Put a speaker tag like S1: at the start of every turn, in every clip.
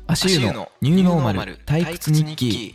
S1: 足湯のニューノーマル退屈日記。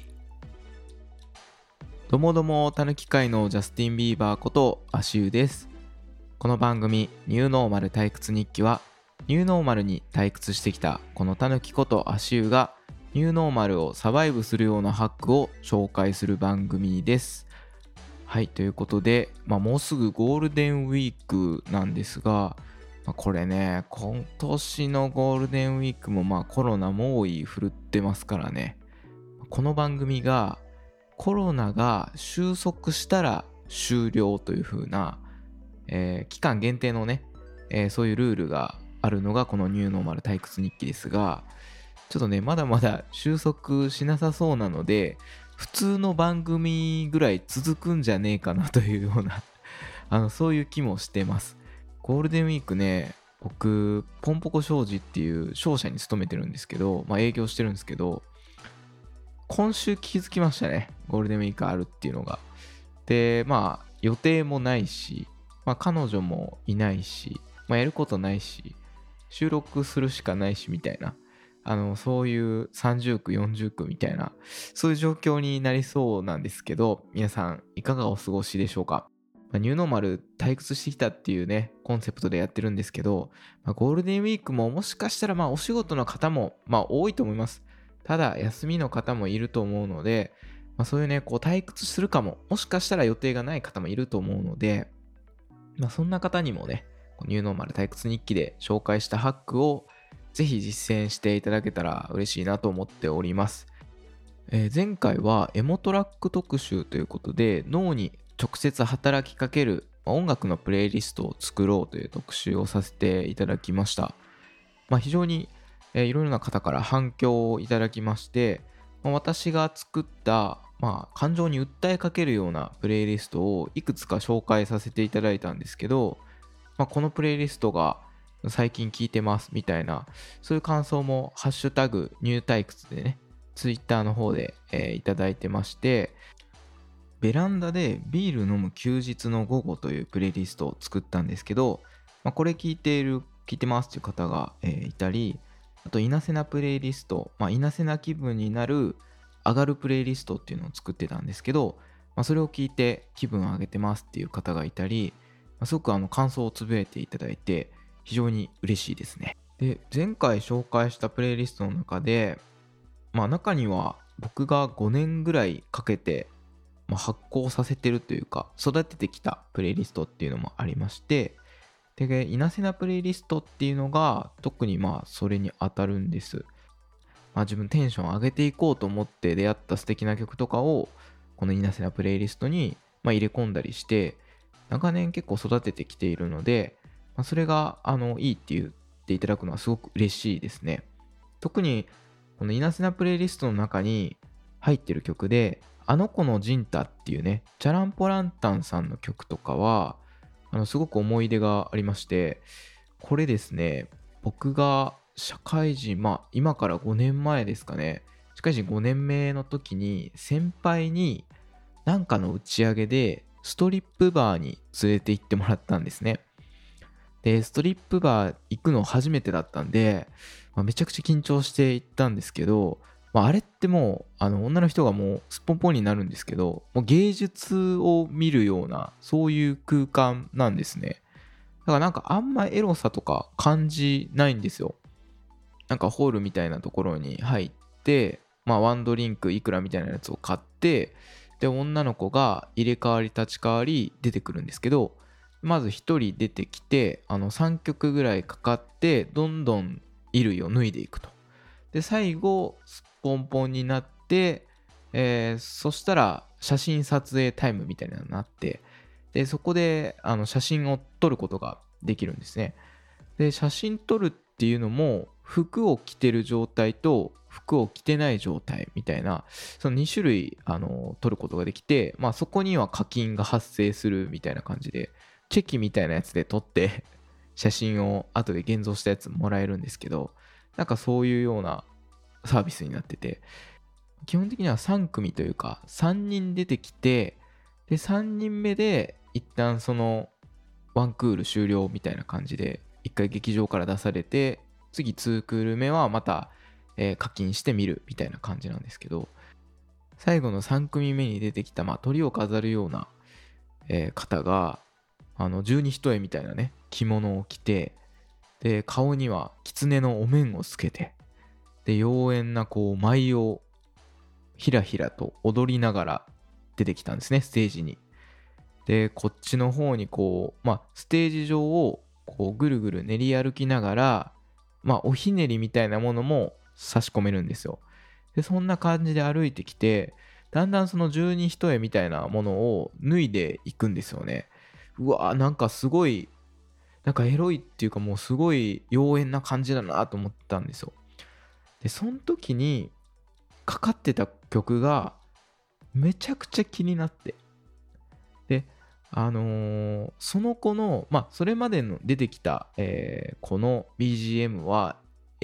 S1: どうもどうも、たぬき界のジャスティン・ビーバーこと足湯です。この番組ニューノーマル退屈日記は、ニューノーマルに退屈してきたこのたぬきこと足湯がニューノーマルをサバイブするようなハックを紹介する番組です。はい、ということで、もうすぐゴールデンウィークなんですが、これね、今年のゴールデンウィークもコロナ猛威振るってますからね。この番組がコロナが収束したら終了という風な、期間限定のね、そういうルールがあるのがこのニューノーマル退屈日記ですが、ちょっとね、まだまだ収束しなさそうなので、普通の番組ぐらい続くんじゃねえかなというようなそういう気もしてます。ゴールデンウィークね、僕ポンポコ商事っていう商社に勤めてるんですけど、営業してるんですけど、今週気づきましたね、ゴールデンウィークあるっていうのが。で、予定もないし、彼女もいないし、やることないし、収録するしかないしみたいな、そういう30区40区みたいな、そういう状況になりそうなんですけど、皆さんいかがお過ごしでしょうか。ニューノーマル退屈してきたっていうねコンセプトでやってるんですけど、ゴールデンウィークももしかしたらお仕事の方も多いと思います。ただ休みの方もいると思うので、そういうね退屈するかも、もしかしたら予定がない方もいると思うので、そんな方にもねニューノーマル退屈日記で紹介したハックをぜひ実践していただけたら嬉しいなと思っております。前回はエモトラック特集ということで、脳に直接働きかける音楽のプレイリストを作ろうという特集をさせていただきました。非常にいろいろな方から反響をいただきまして、私が作った感情に訴えかけるようなプレイリストをいくつか紹介させていただいたんですけど、このプレイリストが最近聞いてますみたいな、そういう感想もハッシュタグニュー退屈でね、ツイッターの方で、いただいてまして、ベランダでビール飲む休日の午後というプレイリストを作ったんですけど、これ聞いてますという方が、いたり、あと、いなせなプレイリスト、いなせな気分になる上がるプレイリストっていうのを作ってたんですけど、それを聞いて気分を上げてますっていう方がいたり、すごく感想をつぶやいていただいて非常に嬉しいですね。で、前回紹介したプレイリストの中で、中には僕が5年ぐらいかけて発行させてるというか育ててきたプレイリストっていうのもありまして、でいなせなプレイリストっていうのが特にそれに当たるんです。自分テンション上げていこうと思って出会った素敵な曲とかをこのいなせなプレイリストに入れ込んだりして、長年結構育ててきているので、それがいいって言っていただくのはすごく嬉しいですね。特にこのいなせなプレイリストの中に入ってる曲で、あの子のジンタっていうね、チャランポランタンさんの曲とかはすごく思い出がありまして、これですね、僕が社会人、今から5年前ですかね、社会人5年目の時に先輩になんかの打ち上げでストリップバーに連れて行ってもらったんですね。で、ストリップバー行くの初めてだったんで、めちゃくちゃ緊張して行ったんですけど、あれってもう女の人がもうすっぽんぽんになるんですけど、もう芸術を見るようなそういう空間なんですね。だからあんまエロさとか感じないんですよ。ホールみたいなところに入って、ワンドリンクいくらみたいなやつを買って、で女の子が入れ替わり立ち替わり出てくるんですけど、まず1人出てきて3曲ぐらいかかってどんどん衣類を脱いでいくと。で最後すっぽんぽんになって、そしたら写真撮影タイムみたいなのになって、でそこで写真を撮ることができるんですね。で写真撮るっていうのも服を着てる状態と服を着てない状態みたいな、その2種類撮ることができて、そこには課金が発生するみたいな感じで、チェキみたいなやつで撮って写真を後で現像したやつもらえるんですけど、そういうようなサービスになってて、基本的には3組というか3人出てきて、で3人目で一旦そのワンクール終了みたいな感じで1回劇場から出されて、次2クール目はまた、 課金してみるみたいな感じなんですけど、最後の3組目に出てきた、鳥を飾るような、方が十二単みたいなね着物を着て、で顔には狐のお面をつけて、で妖艶な舞をひらひらと踊りながら出てきたんですね、ステージに。でこっちの方にステージ上をぐるぐる練り歩きながら、おひねりみたいなものも差し込めるんですよ。でそんな感じで歩いてきて、だんだんその十二単みたいなものを脱いでいくんですよね。うわー、なんかすごい、なんかエロいっていうか、もうすごい妖艶な感じだなと思ったんですよ。でその時にかかってた曲がめちゃくちゃ気になって、でその子のそれまでの出てきた、この BGM は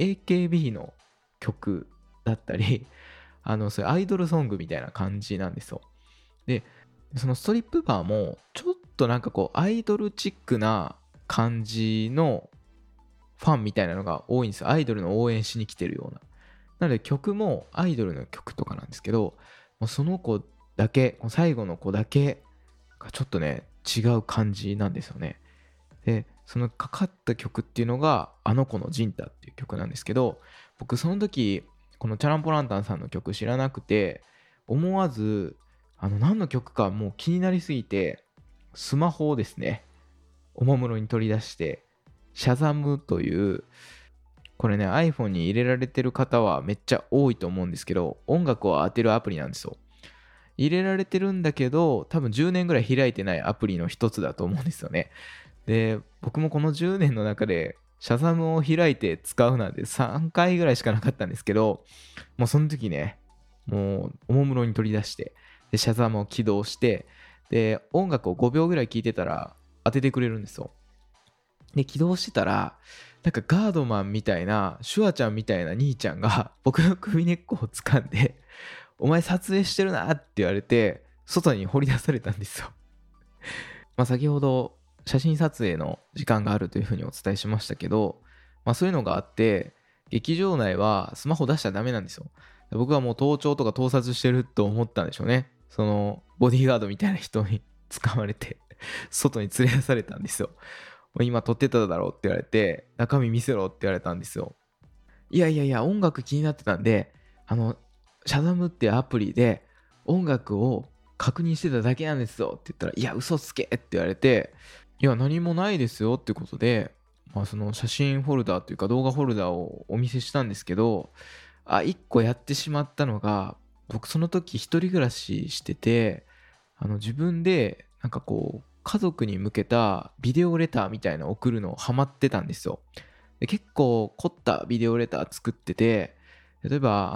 S1: AKB の曲だったりそういうアイドルソングみたいな感じなんですよ。でそのストリップバーもちょっとなんかアイドルチックな感じのファンみたいなのが多いんですよ。アイドルの応援しに来てるような。なので曲もアイドルの曲とかなんですけど、もうその子だけ、最後の子だけがちょっとね違う感じなんですよね。でそのかかった曲っていうのがあの子のジンタっていう曲なんですけど、僕その時このチャランポランタンさんの曲知らなくて、思わず何の曲かもう気になりすぎて、スマホをですねおもむろに取り出して、シャザムという、これね iPhone に入れられてる方はめっちゃ多いと思うんですけど、音楽を当てるアプリなんですよ。入れられてるんだけど、多分10年ぐらい開いてないアプリの一つだと思うんですよね。で僕もこの10年の中でシャザムを開いて使うなんて3回ぐらいしかなかったんですけど、もうその時ね、もうおもむろに取り出して、でシャザムを起動して、で音楽を5秒ぐらい聴いてたら当ててくれるんですよ。で起動してたら、なんかガードマンみたいな、シュワちゃんみたいな兄ちゃんが僕の首根っこを掴んで、お前撮影してるなって言われて外に掘り出されたんですよ。先ほど写真撮影の時間があるというふうにお伝えしましたけど、そういうのがあって、劇場内はスマホ出しちゃダメなんですよ。僕はもう盗聴とか盗撮してると思ったんでしょうね。そのボディーガードみたいな人に捕まれて外に連れ出されたんですよ。今撮ってただろうって言われて、中身見せろって言われたんですよ。いやいやいや、音楽気になってたんで、シャザムっていうアプリで音楽を確認してただけなんですよって言ったら、いや嘘つけって言われて、いや何もないですよってことで、その写真フォルダーというか動画フォルダーをお見せしたんですけど、1個やってしまったのが、僕その時一人暮らししてて、自分でなんか家族に向けたビデオレターみたいなの送るのをハマってたんですよ。で結構凝ったビデオレター作ってて、例えば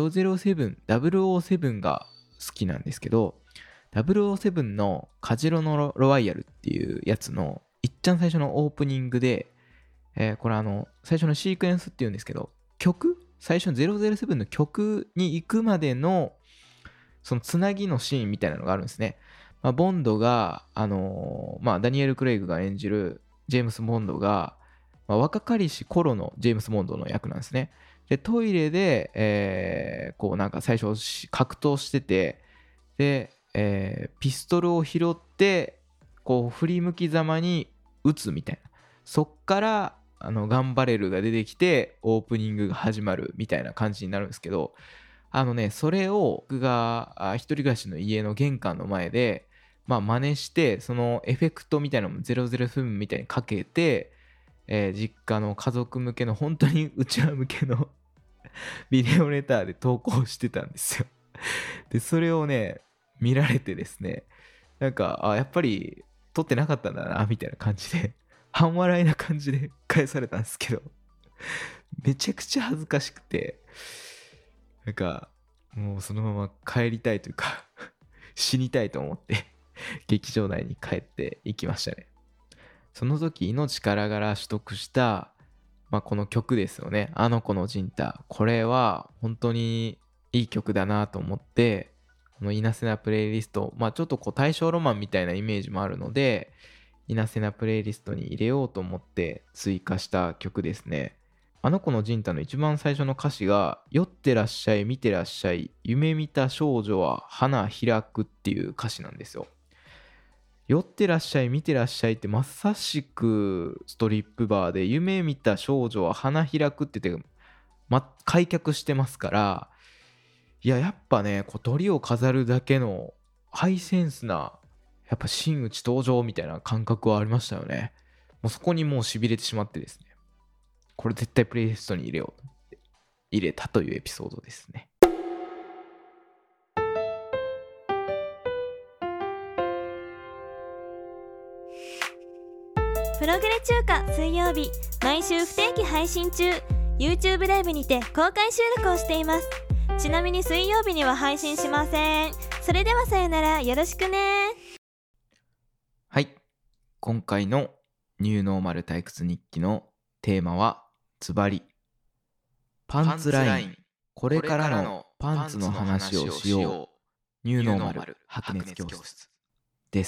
S1: 007、007が好きなんですけど、007のカジノのロワイヤルっていうやつのいっちゃん最初のオープニングで、これ最初のシークエンスっていうんですけど、最初の007の曲に行くまでのそのつなぎのシーンみたいなのがあるんですね。ボンドがダニエル・クレイグが演じるジェームス・ボンドが、若かりし頃のジェームス・ボンドの役なんですね。でトイレで、なんか最初格闘してて、で、ピストルを拾って振り向きざまに撃つみたいな、そっからガンバレルが出てきてオープニングが始まるみたいな感じになるんですけど、それを僕が一人暮らしの家の玄関の前で真似して、そのエフェクトみたいなのも007みたいにかけて、実家の家族向けの本当にうちわ向けのビデオレターで投稿してたんですよ。でそれをね見られてですね、なんかやっぱり撮ってなかったんだなみたいな感じで半笑いな感じで返されたんですけど、めちゃくちゃ恥ずかしくて、なんかもうそのまま帰りたいというか死にたいと思って劇場内に帰っていきましたね。その時命からがら取得した、この曲ですよね。あの子のジンタ。これは本当にいい曲だなと思って、このイナセナプレイリスト、ちょっと大正ロマンみたいなイメージもあるので、イナセナプレイリストに入れようと思って追加した曲ですね。 あの子の陣太の一番最初の歌詞が酔ってらっしゃい見てらっしゃい夢見た少女は花開くっていう歌詞なんですよ。酔ってらっしゃい見てらっしゃいってまさしくストリップバーで、夢見た少女は花開くって言って、開脚してますから、いややっぱねこう鳥を飾るだけのハイセンスなやっぱ真打ち登場みたいな感覚はありましたよね。もうそこにもう痺れてしまってですね、これ絶対プレイリストに入れようと思って入れたというエピソードですね。
S2: プログレ中華水曜日、毎週不定期配信中。 YouTube ライブにて公開収録をしています。ちなみに水曜日には配信しません。それではさよなら、よろしくね。
S1: はい、今回のニューノーマル退屈日記のテーマはズバリパンツライン、これからのパンツの話をしよう、ニューノーマル白熱教室です。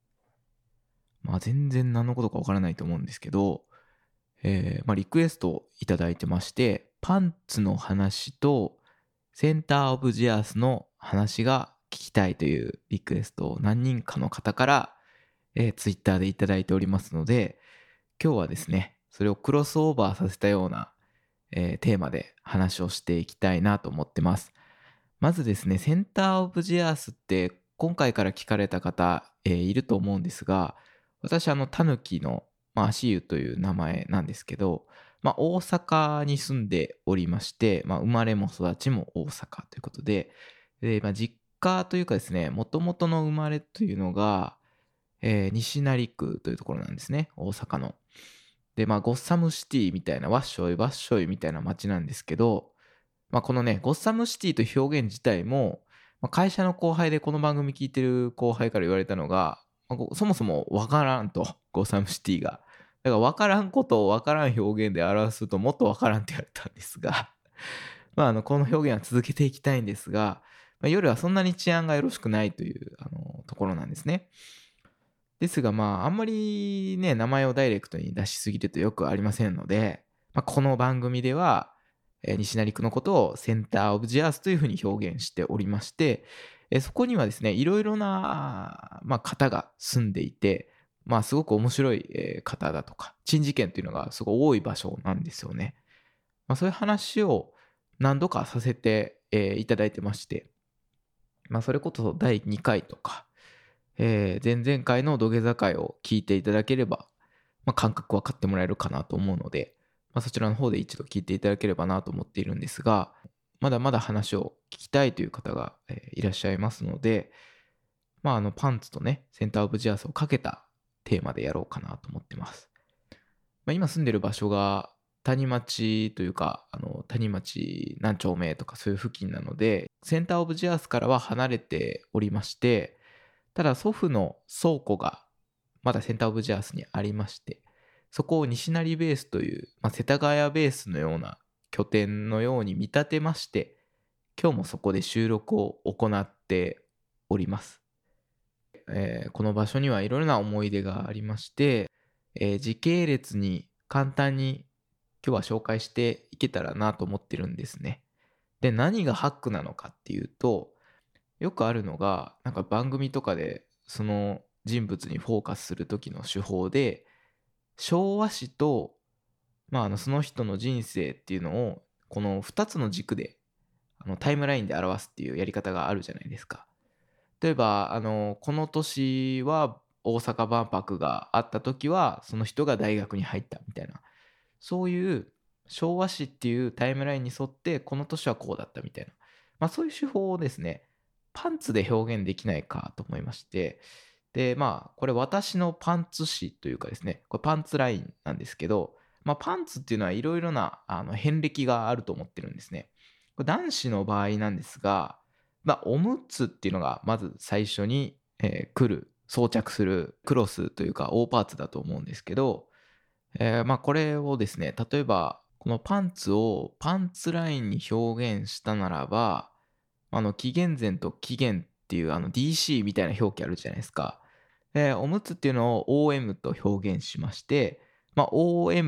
S1: 全然何のことかわからないと思うんですけど、リクエストをいただいてまして、パンツの話とセンターオブジアスの話が聞きたいというリクエストを何人かの方から、ツイッターでいただいておりますので、今日はですねそれをクロスオーバーさせたような、テーマで話をしていきたいなと思ってます。まずですね、センターオブジアスって今回から聞かれた方、いると思うんですが、私タヌキの、足湯という名前なんですけど、大阪に住んでおりまして、生まれも育ちも大阪ということで、実家というかですね、もともとの生まれというのが、西成区というところなんですね、大阪の。で、ゴッサムシティみたいな、ワッショイみたいな街なんですけど、このね、ゴッサムシティという表現自体も、会社の後輩でこの番組聞いてる後輩から言われたのが、そもそもわからんと、ゴッサムシティが。だからわからんことをわからん表現で表すともっとわからんって言われたんですが、この表現は続けていきたいんですが、夜はそんなに治安がよろしくないというところなんですね。ですがあんまりね名前をダイレクトに出しすぎるとよくありませんので、この番組では、西成区のことをセンターオブジアースというふうに表現しておりまして、そこにはですねいろいろな、方が住んでいて、すごく面白い、方だとか珍事件というのがすごい多い場所なんですよね。そういう話を何度かさせて、いただいてまして、それこそ第2回とか、前々回の土下座会を聞いていただければ、感覚分かってもらえるかなと思うので、そちらの方で一度聞いていただければなと思っているんですが、まだまだ話を聞きたいという方が、いらっしゃいますので、パンツとねセンターオブジアスをかけたテーマでやろうかなと思ってます。今住んでる場所が谷町というか、谷町何丁目とかそういう付近なので、センターオブジアスからは離れておりまして、ただ祖父の倉庫がまだセンターオブジアスにありまして、そこを西成ベースという、世田谷ベースのような拠点のように見立てまして、今日もそこで収録を行っております。この場所にはいろいろな思い出がありまして、時系列に簡単に今日は紹介していけたらなと思ってるんですね。で、何がハックなのかっていうと、よくあるのが番組とかでその人物にフォーカスする時の手法で、昭和史と、その人の人生っていうのをこの2つの軸でタイムラインで表すっていうやり方があるじゃないですか。例えばこの年は大阪万博があった時はその人が大学に入ったみたいな、そういう昭和史っていうタイムラインに沿ってこの年はこうだったみたいな、そういう手法をですねパンツで表現できないかと思いまして、でこれ私のパンツ史というかですね、これパンツラインなんですけど、パンツっていうのはいろいろな遍歴があると思ってるんですね。これ男子の場合なんですが、おむつっていうのがまず最初に、来る装着するクロスというか大パーツだと思うんですけど、これをですね例えばこのパンツをパンツラインに表現したならば、紀元前と紀元っていうDC みたいな表記あるじゃないですか。おむつっていうのを OM と表現しまして、OM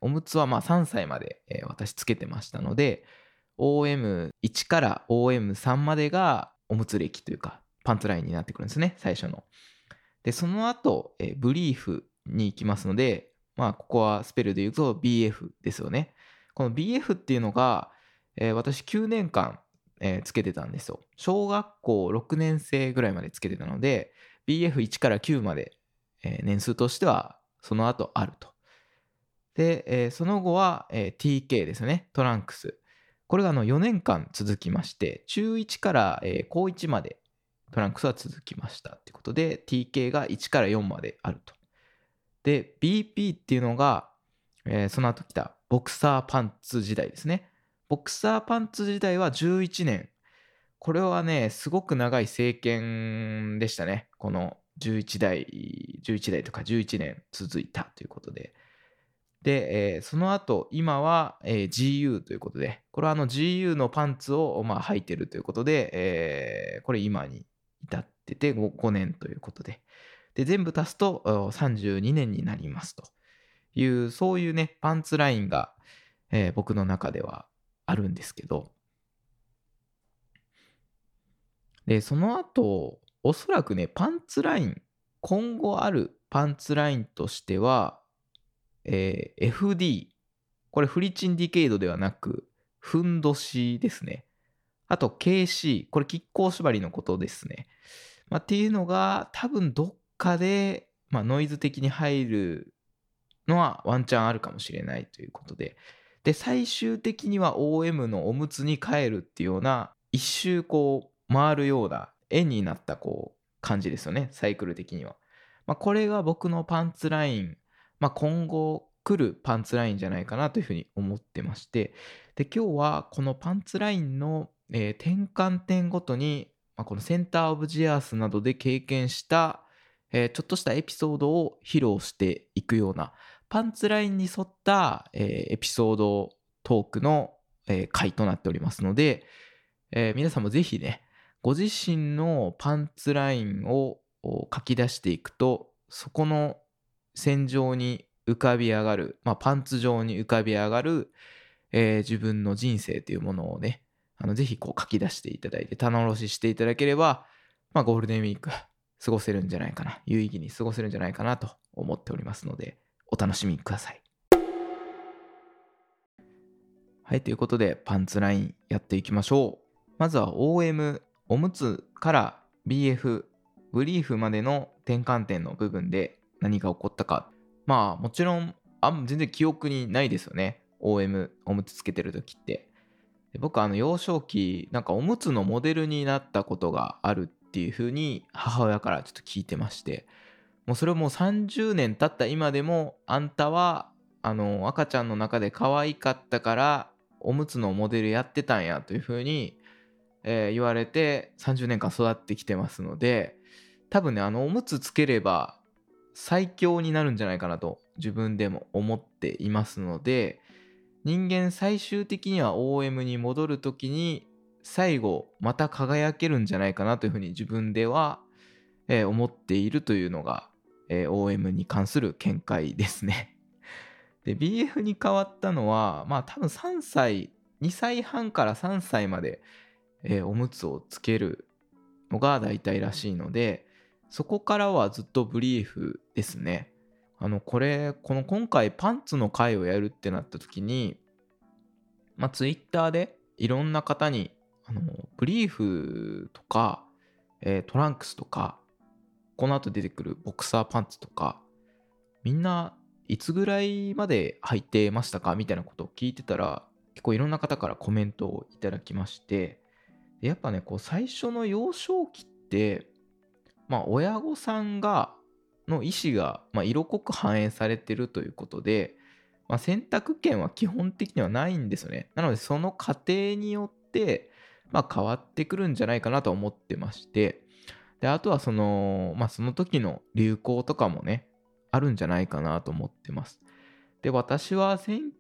S1: おむつは3歳まで、私つけてましたので、OM1 から OM3 までがおむつ歴というかパンツラインになってくるんですね、最初の。でその後、ブリーフに行きますので、ここはスペルで言うと BF ですよね。この BF っていうのが、私9年間、つけてたんですよ。小学校6年生ぐらいまでつけてたので BF1 から9まで、年数としてはその後あると。で、その後は、TK ですよね、トランクス。これが4年間続きまして、中1から、高1までトランクスは続きましたってことで、TK が1から4まであると。で BP っていうのが、その後来たボクサーパンツ時代ですね。ボクサーパンツ時代は11年。これはね、すごく長い政権でしたね。この11代とか11年続いたということで。で、その後今は、GU ということで、これはGU のパンツを履いてるということで、これ今に至ってて 5年ということで。で全部足すと32年になりますという、そういうねパンツラインが、僕の中ではあるんですけど、でその後おそらくねパンツライン、今後あるパンツラインとしては、FD、 これフリチンディケイドではなくふんどしですね。あと KC、 これ亀甲縛りのことですね。っていうのが多分どっかで、ノイズ的に入るのはワンチャンあるかもしれないということで、で最終的には OM のおむつに変えるっていうような、一周こう回るような円になったこう感じですよね、サイクル的には。これが僕のパンツライン、今後来るパンツラインじゃないかなというふうに思ってまして、で今日はこのパンツラインの、転換点ごとに、このセンターオブジアースなどで経験した、ちょっとしたエピソードを披露していくような、パンツラインに沿った、エピソードトークの、回となっておりますので、皆さんもぜひね、ご自身のパンツラインを書き出していくと、そこの線上に浮かび上がる、パンツ上に浮かび上がる、自分の人生というものをね、ぜひこう書き出していただいて棚卸ししていただければ、ゴールデンウィーク過ごせるんじゃないかな、有意義に過ごせるんじゃないかなと思っておりますので、お楽しみください。はい、ということでパンツラインやっていきましょう。まずは OM、 おむつから BF、 ブリーフまでの転換点の部分で何が起こったか、もちろん全然記憶にないですよね。 OM、 おむつつけてる時って。僕幼少期おむつのモデルになったことがあるっていう風に母親からちょっと聞いてまして、もうそれをもう30年経った今でも、あんたは赤ちゃんの中で可愛かったからおむつのモデルやってたんやという風に、言われて30年間育ってきてますので、多分ねおむつつければ最強になるんじゃないかなと自分でも思っていますので、人間最終的には OM に戻るときに最後また輝けるんじゃないかなというふうに自分では、思っているというのが、OM に関する見解ですね。で BF に変わったのは多分2歳半から3歳まで、おむつをつけるのが大体らしいので、そこからはずっとブリーフですね。今回パンツの回をやるってなった時に、ツイッターでいろんな方にブリーフとか、トランクスとか、この後出てくるボクサーパンツとか、みんないつぐらいまで履いてましたかみたいなことを聞いてたら、結構いろんな方からコメントをいただきまして、やっぱねこう最初の幼少期って親御さんの意思が色濃く反映されてるということで、選択権は基本的にはないんですよね。なのでその過程によって変わってくるんじゃないかなと思ってまして、であとはその時の流行とかもねあるんじゃないかなと思ってます。で私は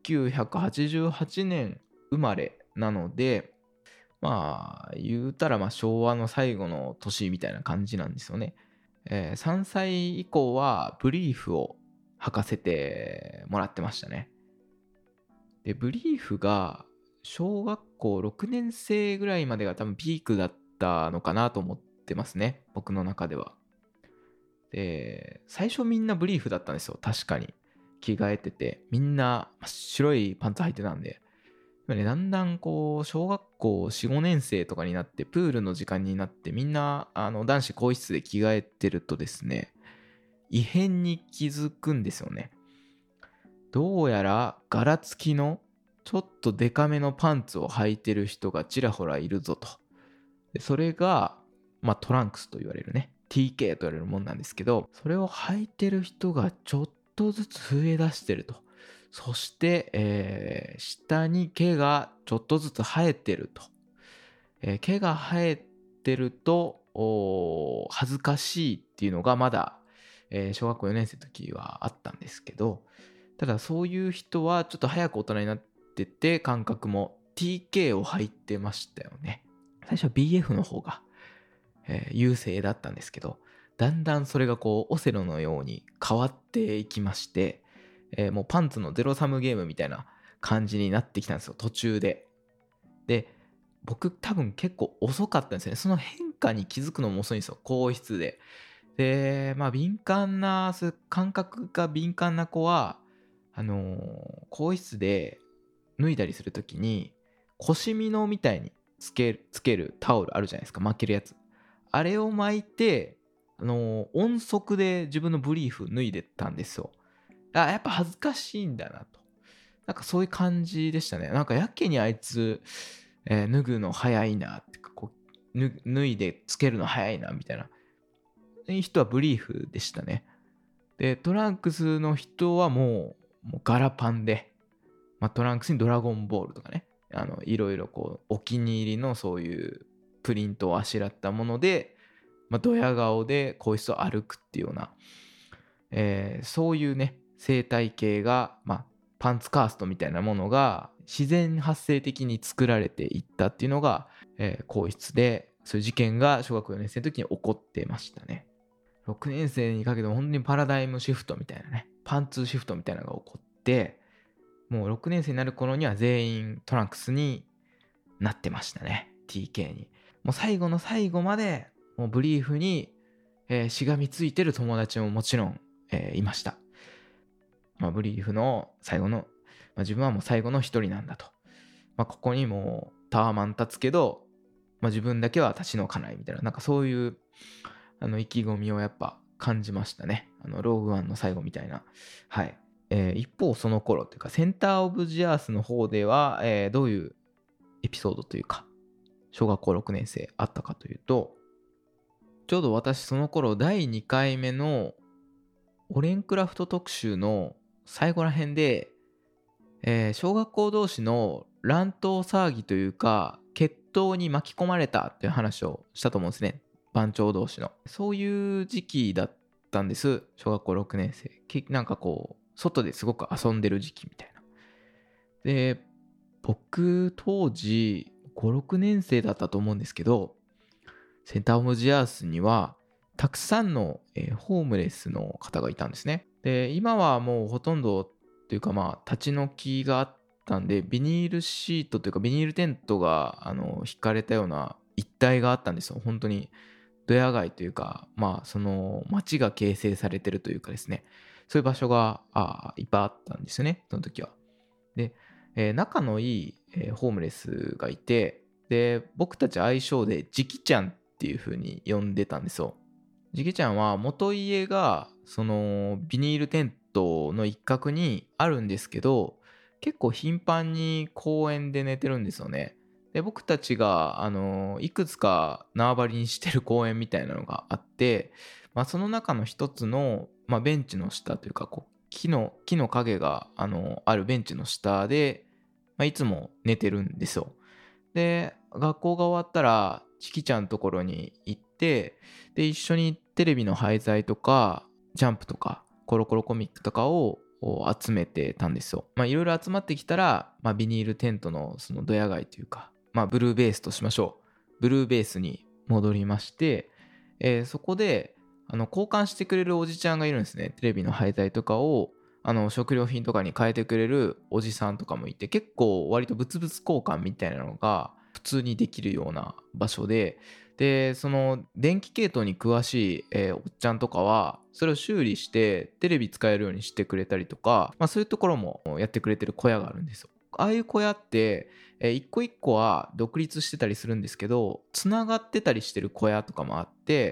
S1: 1988年生まれなので、言うたら昭和の最後の年みたいな感じなんですよね。3歳以降はブリーフを履かせてもらってましたね。 でブリーフが小学校6年生ぐらいまでが多分ピークだったのかなと思ってますね、僕の中では。で最初みんなブリーフだったんですよ。確かに着替えてて、みんな白いパンツ履いてたんで。だんだんこう小学校 4,5 年生とかになって、プールの時間になってみんな男子更衣室で着替えてるとですね、異変に気づくんですよね。どうやら柄付きのちょっとデカめのパンツを履いてる人がちらほらいるぞと。でそれが、トランクスと言われるね、 TK と言われるもんなんですけど、それを履いてる人がちょっとずつ増え出してると。そして、下に毛がちょっとずつ生えてると。毛が生えてると恥ずかしいっていうのがまだ、小学校4年生の時はあったんですけど、ただそういう人はちょっと早く大人になってて、感覚も TK を履いてましたよね。最初は BF の方が、優勢だったんですけど、だんだんそれがこうオセロのように変わっていきまして、もうパンツのゼロサムゲームみたいな感じになってきたんですよ、途中で。で僕多分結構遅かったんですよね。その変化に気づくのも遅いんですよ、更衣室で。で敏感な感覚が敏感な子は更衣室で脱いだりするときに腰みのみたいにつけるタオルあるじゃないですか、巻けるやつ。あれを巻いて音速で自分のブリーフ脱いでたんですよ。やっぱ恥ずかしいんだなと。なんかそういう感じでしたね。なんかやけにあいつ、脱ぐの早いなってか、こう脱いでつけるの早いなみたいな。そういう人はブリーフでしたね。でトランクスの人はもう柄パンで、トランクスにドラゴンボールとかね、いろいろこうお気に入りのそういうプリントをあしらったもので、ドヤ顔で更衣室を歩くっていうような、そういうね生態系が、パンツカーストみたいなものが自然発生的に作られていったっていうのが、更衣室でそういう事件が小学校4年生の時に起こってましたね。6年生にかけても本当にパラダイムシフトみたいなね、パンツシフトみたいなのが起こって、もう6年生になる頃には全員トランクスになってましたね、 TK に。もう最後の最後までもうブリーフに、しがみついてる友達ももちろん、いました。ブリーフの最後の、自分はもう最後の一人なんだと。ここにもうタワマン立つけど、自分だけは立ち退かないみたいな、なんかそういう意気込みをやっぱ感じましたね。ローグワンの最後みたいな。はい。一方その頃というか、センターオブジアースの方では、どういうエピソードというか、小学校6年生あったかというと、ちょうど私その頃第2回目のオレンクラフト特集の最後ら辺で、小学校同士の乱闘騒ぎというか決闘に巻き込まれたという話をしたと思うんですね、番長同士の。そういう時期だったんです、小学校6年生。なんかこう外ですごく遊んでる時期みたいな。で僕当時5、6年生だったと思うんですけど、センターオブジアースにはたくさんの、ホームレスの方がいたんですね。で今はもうほとんどというか立ち退きがあったんで、ビニールシートというかビニールテントが引かれたような一帯があったんですよ。本当にドヤ街というか、その街が形成されてるというかですね、そういう場所がいっぱいあったんですよね、その時は。で、仲のいい、ホームレスがいて、で僕たち愛称でジキちゃんっていう風に呼んでたんですよ。ジキちゃんは元家がそのビニールテントの一角にあるんですけど、結構頻繁に公園で寝てるんですよね。で僕たちがいくつか縄張りにしてる公園みたいなのがあって、その中の一つの、ベンチの下というかこう木の影があるベンチの下で、いつも寝てるんですよ。で学校が終わったらチキちゃんのところに行って、で一緒にテレビの廃材とかジャンプとかコロコロコミックとかを集めてたんですよ。いろいろ集まってきたら、ビニールテントのそのドヤ街というか、ブルーベースとしましょう。ブルーベースに戻りまして、そこで交換してくれるおじちゃんがいるんですね。テレビの廃材とかを食料品とかに変えてくれるおじさんとかもいて、結構割と物々交換みたいなのが普通にできるような場所で、その電気系統に詳しい、おっちゃんとかはそれを修理してテレビ使えるようにしてくれたりとか、そういうところもやってくれてる小屋があるんですよ。ああいう小屋って、一個一個は独立してたりするんですけど、つながってたりしてる小屋とかもあって、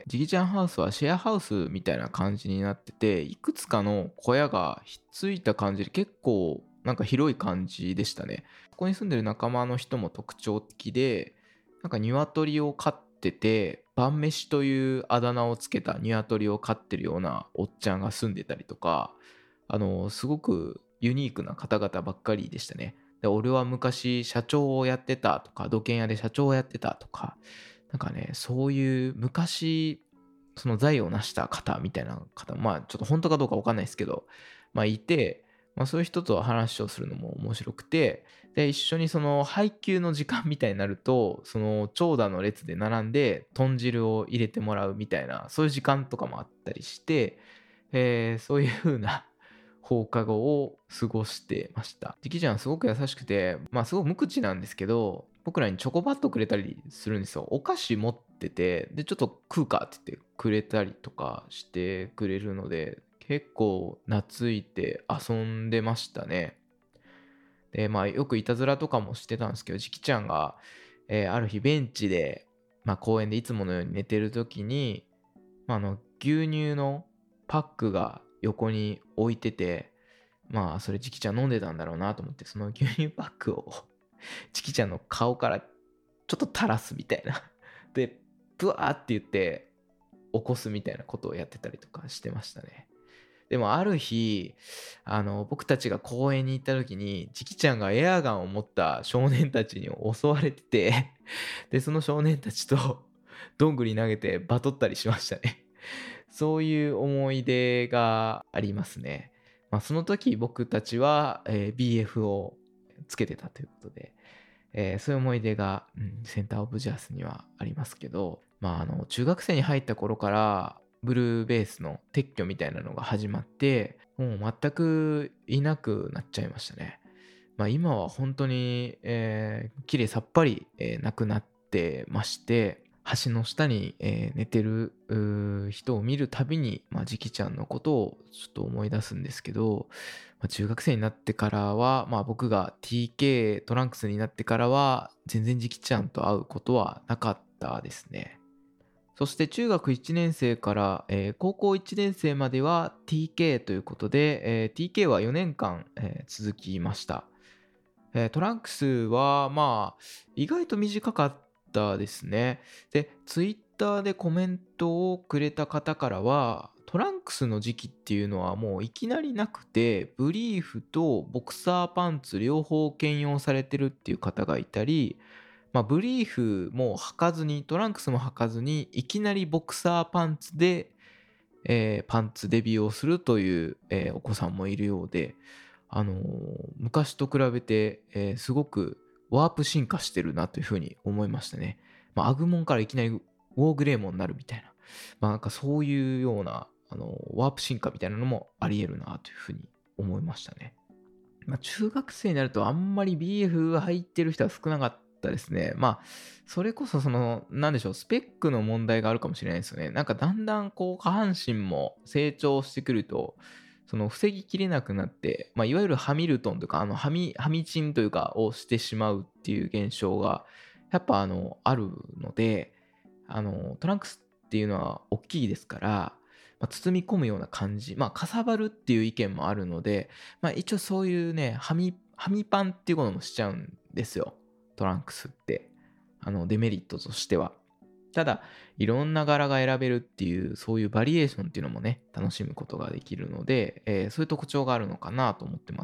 S1: ジギちゃんハウスはシェアハウスみたいな感じになってて、いくつかの小屋がひっついた感じで結構なんか広い感じでしたね。ここに住んでる仲間の人も特徴的で、なんか鶏を飼ってて、晩飯というあだ名をつけた鶏を飼ってるようなおっちゃんが住んでたりとか、すごくユニークな方々ばっかりでしたね。で、俺は昔社長をやってたとか、土建屋で社長をやってたとか、なんかね、そういう昔その財を成した方みたいな方、ちょっと本当かどうか分かんないですけど、いて、そういう人と話をするのも面白くて、で一緒にその配給の時間みたいになると、その長蛇の列で並んで豚汁を入れてもらうみたいな、そういう時間とかもあったりして、そういう風な放課後を過ごしてました。ジキちゃんすごく優しくて、すごく無口なんですけど、僕らにチョコバットくれたりするんですよ。お菓子持ってて、でちょっと食うかって言ってくれたりとかしてくれるので、結構懐いて遊んでましたね。でよくいたずらとかもしてたんですけど、ジキちゃんが、ある日ベンチで、公園でいつものように寝てる時に、牛乳のパックが横に置いてて、それジキちゃん飲んでたんだろうなと思って、その牛乳パックをジキちゃんの顔からちょっと垂らすみたいなでブワーって言って起こすみたいなことをやってたりとかしてましたね。でもある日僕たちが公園に行った時に、ジキちゃんがエアガンを持った少年たちに襲われててでその少年たちとどんぐり投げてバトったりしましたね。そういう思い出がありますね。その時僕たちは、BF をつけてたということで、そういう思い出が、センターオブジャスにはありますけど、中学生に入った頃からブルーベースの撤去みたいなのが始まって、もう全くいなくなっちゃいましたね。今は本当に、きれいさっぱり、なくなってまして、橋の下に、寝てる人を見るたびに、ジキちゃんのことをちょっと思い出すんですけど、中学生になってからは、僕が TK トランクスになってからは全然ジキちゃんと会うことはなかったですね。そして中学1年生から、高校1年生までは TK ということで、TK は4年間、続きました。トランクスは意外と短かったですね。で、ツイッターでコメントをくれた方からは、トランクスの時期っていうのはもういきなりなくて、ブリーフとボクサーパンツ両方兼用されてるっていう方がいたり、ブリーフも履かずに、トランクスも履かずに、いきなりボクサーパンツで、パンツデビューをするという、お子さんもいるようで、昔と比べて、すごくワープ進化してるなというふうに思いましたね。アグモンからいきなりウォーグレーモンになるみたいな、なんかそういうようなワープ進化みたいなのもあり得るなというふうに思いましたね。中学生になるとあんまり BF 入ってる人は少なかったですね。それこそなんでしょう、スペックの問題があるかもしれないですよね。なんかだんだん下半身も成長してくると、防ぎきれなくなって、いわゆるハミルトンとかハミチンというかをしてしまうっていう現象がやっぱあるので、トランクスっていうのは大きいですから、包み込むような感じ、かさばるっていう意見もあるので、一応そういうね、ハミパンっていうこともしちゃうんですよ、トランクスって。デメリットとしては。ただ、いろんな柄が選べるっていう、そういうバリエーションっていうのもね、楽しむことができるので、そういう特徴があるのかなと思ってます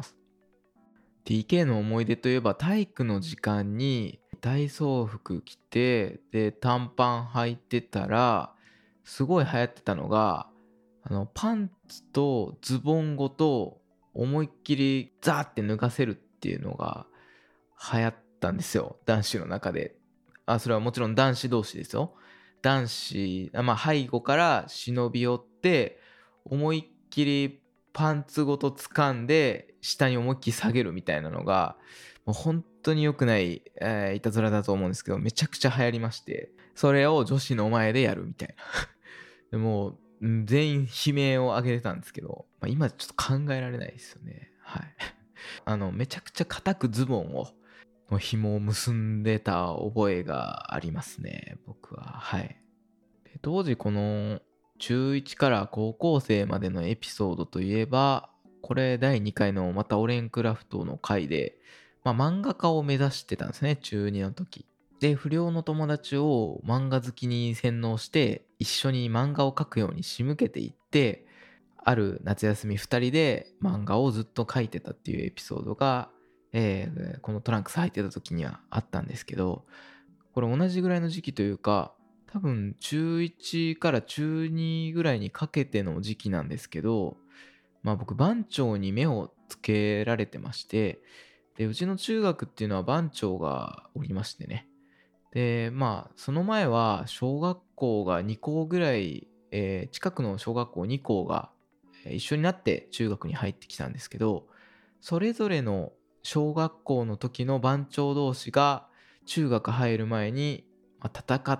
S1: 。TK の思い出といえば、体育の時間に体操服着て、で、短パン履いてたら、すごい流行ってたのが、パンツとズボンごと思いっきりザーって脱がせるっていうのが流行ったんですよ、男子の中で。それはもちろん男子同士ですよ。男子、背後から忍び寄って思いっきりパンツごと掴んで下に思いっきり下げるみたいなのがもう本当に良くない、いたずらだと思うんですけど、めちゃくちゃ流行りまして、それを女子の前でやるみたいなでも全員悲鳴を上げてたんですけど、今ちょっと考えられないですよね。はいめちゃくちゃ固くズボンをの紐を結んでた覚えがありますね、僕は。はい。で当時この中1から高校生までのエピソードといえば、これ第2回のまたオレンクラフトの回で、漫画家を目指してたんですね、中2の時。で、不良の友達を漫画好きに洗脳して、一緒に漫画を描くように仕向けていって、ある夏休み2人で漫画をずっと描いてたっていうエピソードが、このトランクス履いてた時にはあったんですけど、これ同じぐらいの時期というか、多分中1から中2ぐらいにかけての時期なんですけど、僕番長に目をつけられてまして、でうちの中学っていうのは番長がおりましてね。でその前は小学校が2校ぐらい、近くの小学校2校が一緒になって中学に入ってきたんですけど、それぞれの小学校の時の番長同士が中学入る前に戦って、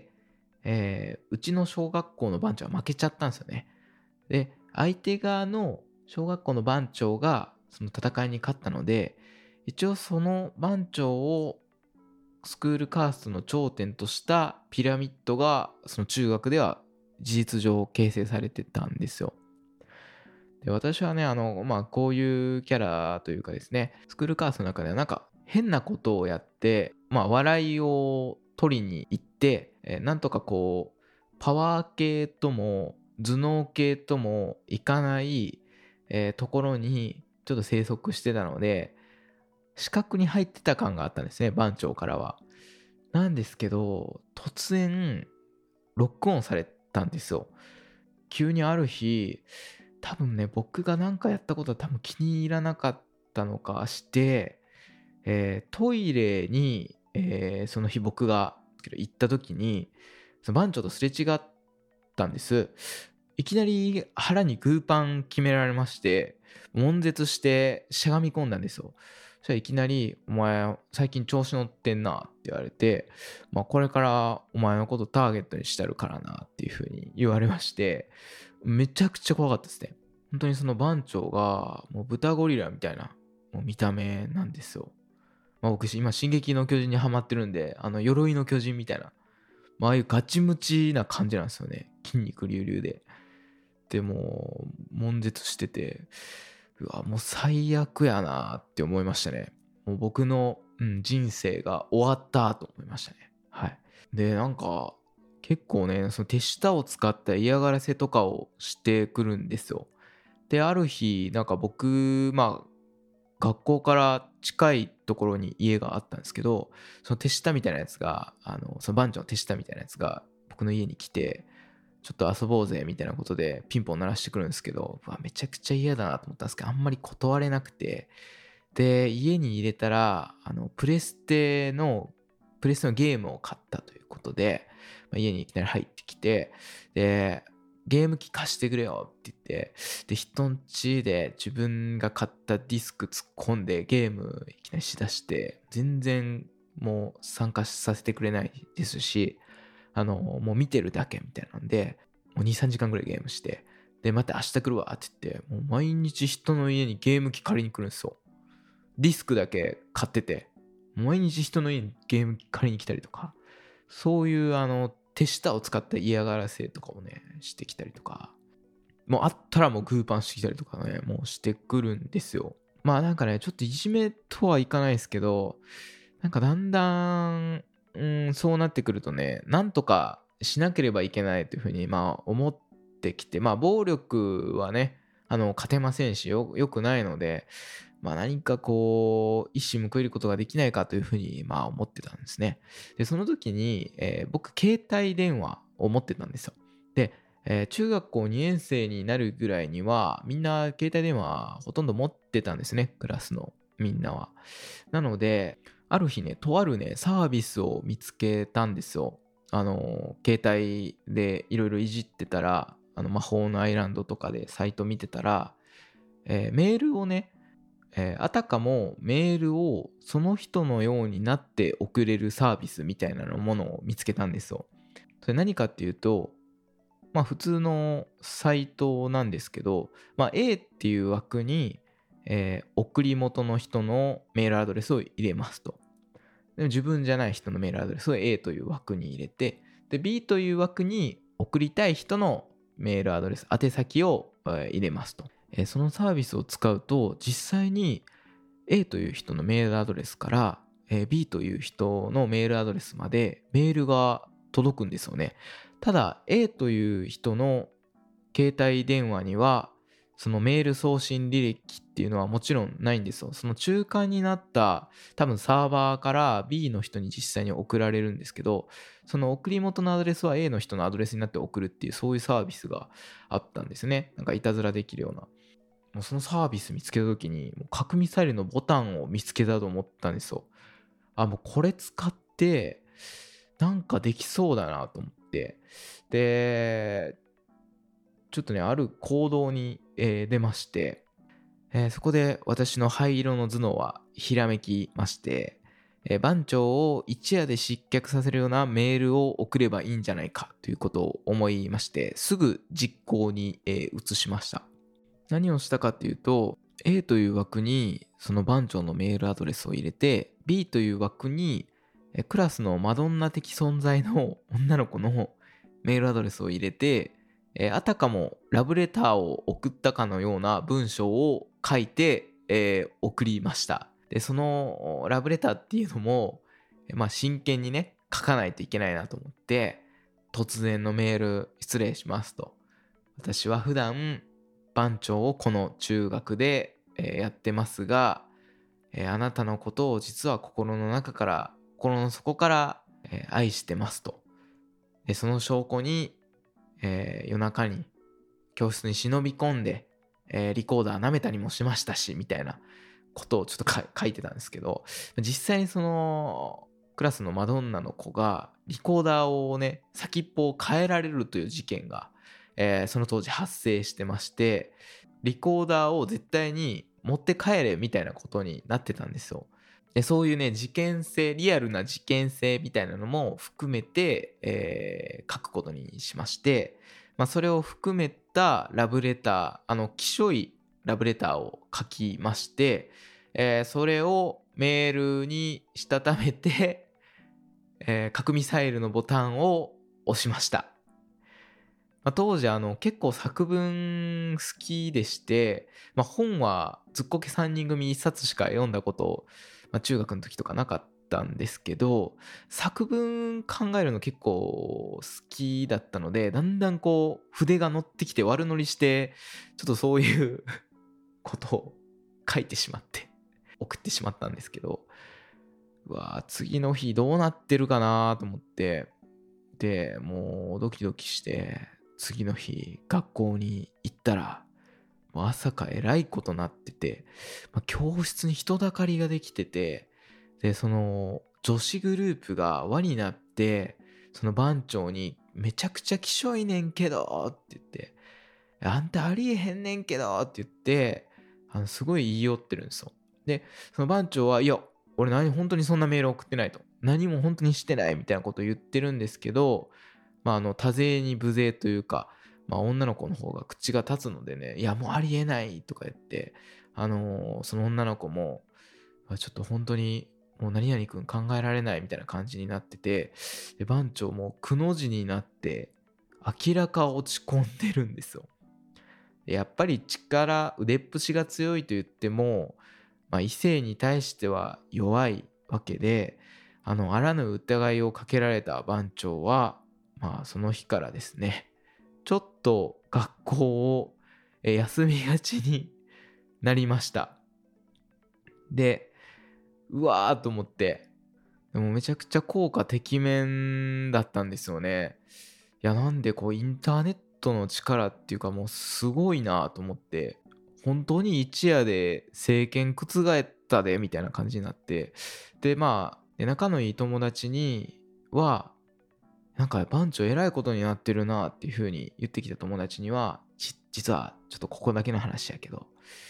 S1: うちの小学校の番長は負けちゃったんですよね。で相手側の小学校の番長がその戦いに勝ったので、一応その番長をスクールカーストの頂点としたピラミッドがその中学では事実上形成されてたんですよ。で私はねこういうキャラというかですね、スクールカーストの中ではなんか変なことをやって笑いを取りに行って、なんとかこうパワー系とも頭脳系ともいかない、ところにちょっと生息してたので、視覚に入ってた感があったんですね、番長からは。なんですけど突然ロックオンされたんですよ。急にある日、多分ね僕が何かやったことは多分気に入らなかったのかして、トイレに、その日僕が行った時にその番長とすれ違ったんです。いきなり腹にグーパン決められまして、悶絶してしゃがみ込んだんですよ。そしたらいきなり「お前最近調子乗ってんな」って言われて、これからお前のことターゲットにしてるからなっていう風に言われまして、めちゃくちゃ怖かったですね。本当にその番長がもう豚ゴリラみたいなもう見た目なんですよ。僕今進撃の巨人にハマってるんで、鎧の巨人みたいな、ああいうガチムチな感じなんですよね。筋肉隆々で。でも悶絶してて、うわもう最悪やなって思いましたね。もう僕の、人生が終わったと思いましたね。はい。でなんか結構ね、その手下を使った嫌がらせとかをしてくるんですよ。である日なんか僕学校から近いところに家があったんですけど、その手下みたいなやつがその番長の手下みたいなやつが僕の家に来て、ちょっと遊ぼうぜみたいなことでピンポン鳴らしてくるんですけど、めちゃくちゃ嫌だなと思ったんですけど、あんまり断れなくて、で家に入れたらプレステのゲームを買ったということで、家にいきなり入ってきて、でゲーム機貸してくれよって言って、で人ん家で自分が買ったディスク突っ込んでゲームいきなりしだして、全然もう参加させてくれないですし、もう見てるだけみたいなんで、もう 2,3 時間ぐらいゲームして、で待って明日来るわって言って、もう毎日人の家にゲーム機借りに来るんですよ。ディスクだけ買ってて、毎日人の家にゲーム機借りに来たりとか、そういう手下を使った嫌がらせとかをねしてきたりとか、もうあったらもうグーパンしてきたりとかね、もうしてくるんですよ。なんかねちょっといじめとはいかないですけど、なんかだんだんそうなってくるとね、なんとかしなければいけないというふうに思ってきて、暴力はね勝てませんし、よくないので、何かこう一矢報いることができないかというふうに思ってたんですね。でその時に、僕携帯電話を持ってたんですよ。で、中学校2年生になるぐらいにはみんな携帯電話ほとんど持ってたんですね、クラスのみんなは。なのである日ね、とあるねサービスを見つけたんですよ。携帯でいろいろいじってたら、魔法のアイランドとかでサイト見てたら、 メールをね、あたかもメールをその人のようになって送れるサービスみたいなものを見つけたんですよ。それ何かっていうと、普通のサイトなんですけど、A っていう枠に、送り元の人のメールアドレスを入れますと。でも自分じゃない人のメールアドレスを A という枠に入れて、で B という枠に送りたい人のメールアドレス、宛先を入れますと。そのサービスを使うと、実際に A という人のメールアドレスから、B という人のメールアドレスまでメールが届くんですよね。ただ A という人の携帯電話にはそのメール送信履歴っていうのはもちろんないんですよ。その中間になった多分サーバーから B の人に実際に送られるんですけど、その送り元のアドレスは A の人のアドレスになって送るっていう、そういうサービスがあったんですね。なんかいたずらできるような。もうそのサービス見つけた時にもう核ミサイルのボタンを見つけたと思ったんですよ。もうこれ使ってなんかできそうだなと思って、でちょっとね、ある行動に、出まして、そこで私の灰色の頭脳はひらめきまして、番長を一夜で失脚させるようなメールを送ればいいんじゃないかということを思いまして、すぐ実行に、移しました。何をしたかっていうと、A という枠にその番長のメールアドレスを入れて、B という枠にクラスのマドンナ的存在の女の子のメールアドレスを入れて、あたかもラブレターを送ったかのような文章を書いて、送りました。で、そのラブレターっていうのも、真剣にね、書かないといけないなと思って、突然のメール失礼しますと。私は普段番長をこの中学で、やってますが、あなたのことを実は心の底から、愛してますと。で、その証拠に夜中に教室に忍び込んで、リコーダー舐めたりもしましたしみたいなことをちょっと書いてたんですけど、実際にそのクラスのマドンナの子がリコーダーをね先っぽを変えられるという事件が、その当時発生してまして、リコーダーを絶対に持って帰れみたいなことになってたんですよ。でそういうねリアルな事件性みたいなのも含めて、書くことにしまして、それを含めたラブレター、きしょいラブレターを書きまして、それをメールにしたためて、核ミサイルのボタンを押しました。当時結構作文好きでして、本はずっこけ3人組1冊しか読んだこと中学の時とかなかったんですけど、作文考えるの結構好きだったので、だんだんこう筆が乗ってきて悪乗りしてちょっとそういうことを書いてしまって送ってしまったんですけど、次の日どうなってるかなと思って、でもうドキドキして次の日学校に行ったらまさかえらいことなってて、教室に人だかりができてて、でその女子グループが輪になってその番長にめちゃくちゃきしょいねんけどって言って、あんたありえへんねんけどって言ってすごい言い寄ってるんですよ。でその番長はいや俺本当にそんなメール送ってないと、何も本当にしてないみたいなことを言ってるんですけど、多勢に無勢というか、女の子の方が口が立つのでね、いやもうありえないとか言って、その女の子もちょっと本当にもう何々くん考えられないみたいな感じになってて、で番長もくの字になって明らか落ち込んでるんですよ。でやっぱり腕っぷしが強いと言っても、異性に対しては弱いわけで、あらぬ疑いをかけられた番長はその日からですね、ちょっと学校を休みがちになりました。で、うわーと思って、でもめちゃくちゃ効果てきめんだったんですよね。いや、なんでインターネットの力っていうかもうすごいなと思って、本当に一夜で政権覆ったでみたいな感じになって、で仲のいい友達にはなんか番長えらいことになってるなっていう風に言ってきた友達には、実はちょっとここだけの話やけど、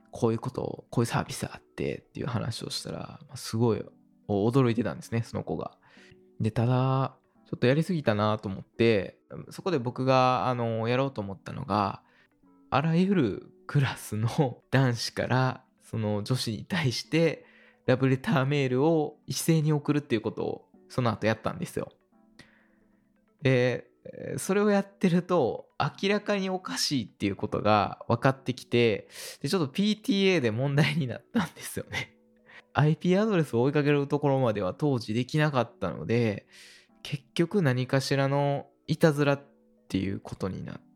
S1: こういうサービスあってっていう話をしたら、すごい驚いてたんですね、その子が。で、ただ、ちょっとやりすぎたなと思って、そこで僕がやろうと思ったのが、あらゆるクラスの男子からその女子に対してラブレターメールを一斉に送るっていうことをその後やったんですよ。で、それをやってると明らかにおかしいっていうことが分かってきて、でちょっと PTA で問題になったんですよね。IP アドレスを追いかけるところまでは当時できなかったので、結局何かしらのいたずらっていうことになって、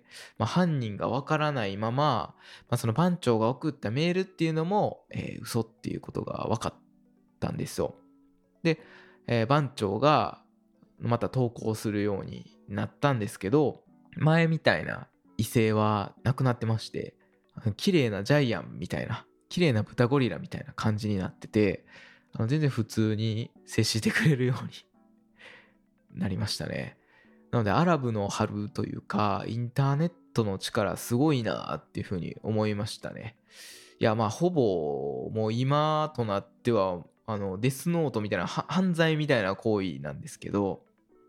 S1: 犯人がわからないまま、その番長が送ったメールっていうのも、嘘っていうことが分かったんですよ。で、番長がまた投稿するようになったんですけど、前みたいな威勢はなくなってまして、綺麗なジャイアンみたいな、綺麗な豚ゴリラみたいな感じになってて、全然普通に接してくれるようになりましたね。なのでアラブの春というか、インターネットの力すごいなっていうふうに思いましたね。いや、ほぼもう今となってはデスノートみたいな犯罪みたいな行為なんですけど、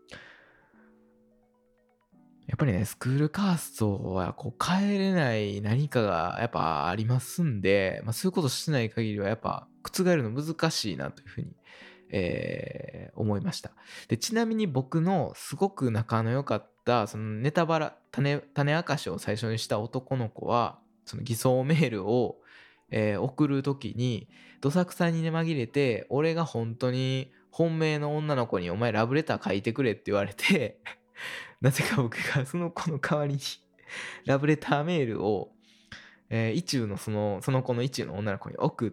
S1: やっぱりね、スクールカーストは変えれない何かがやっぱありますんで、そういうことしない限りはやっぱ覆るの難しいなというふうに、思いました。で、ちなみに僕のすごく仲の良かったそのネタバラ種明かしを最初にした男の子は、その偽装メールを、送るときにどさくさに紛れて、俺が本当に本命の女の子にお前ラブレター書いてくれって言われてなぜか僕がその子の代わりにラブレターメールを、意中のその子の意中の女の子に送って、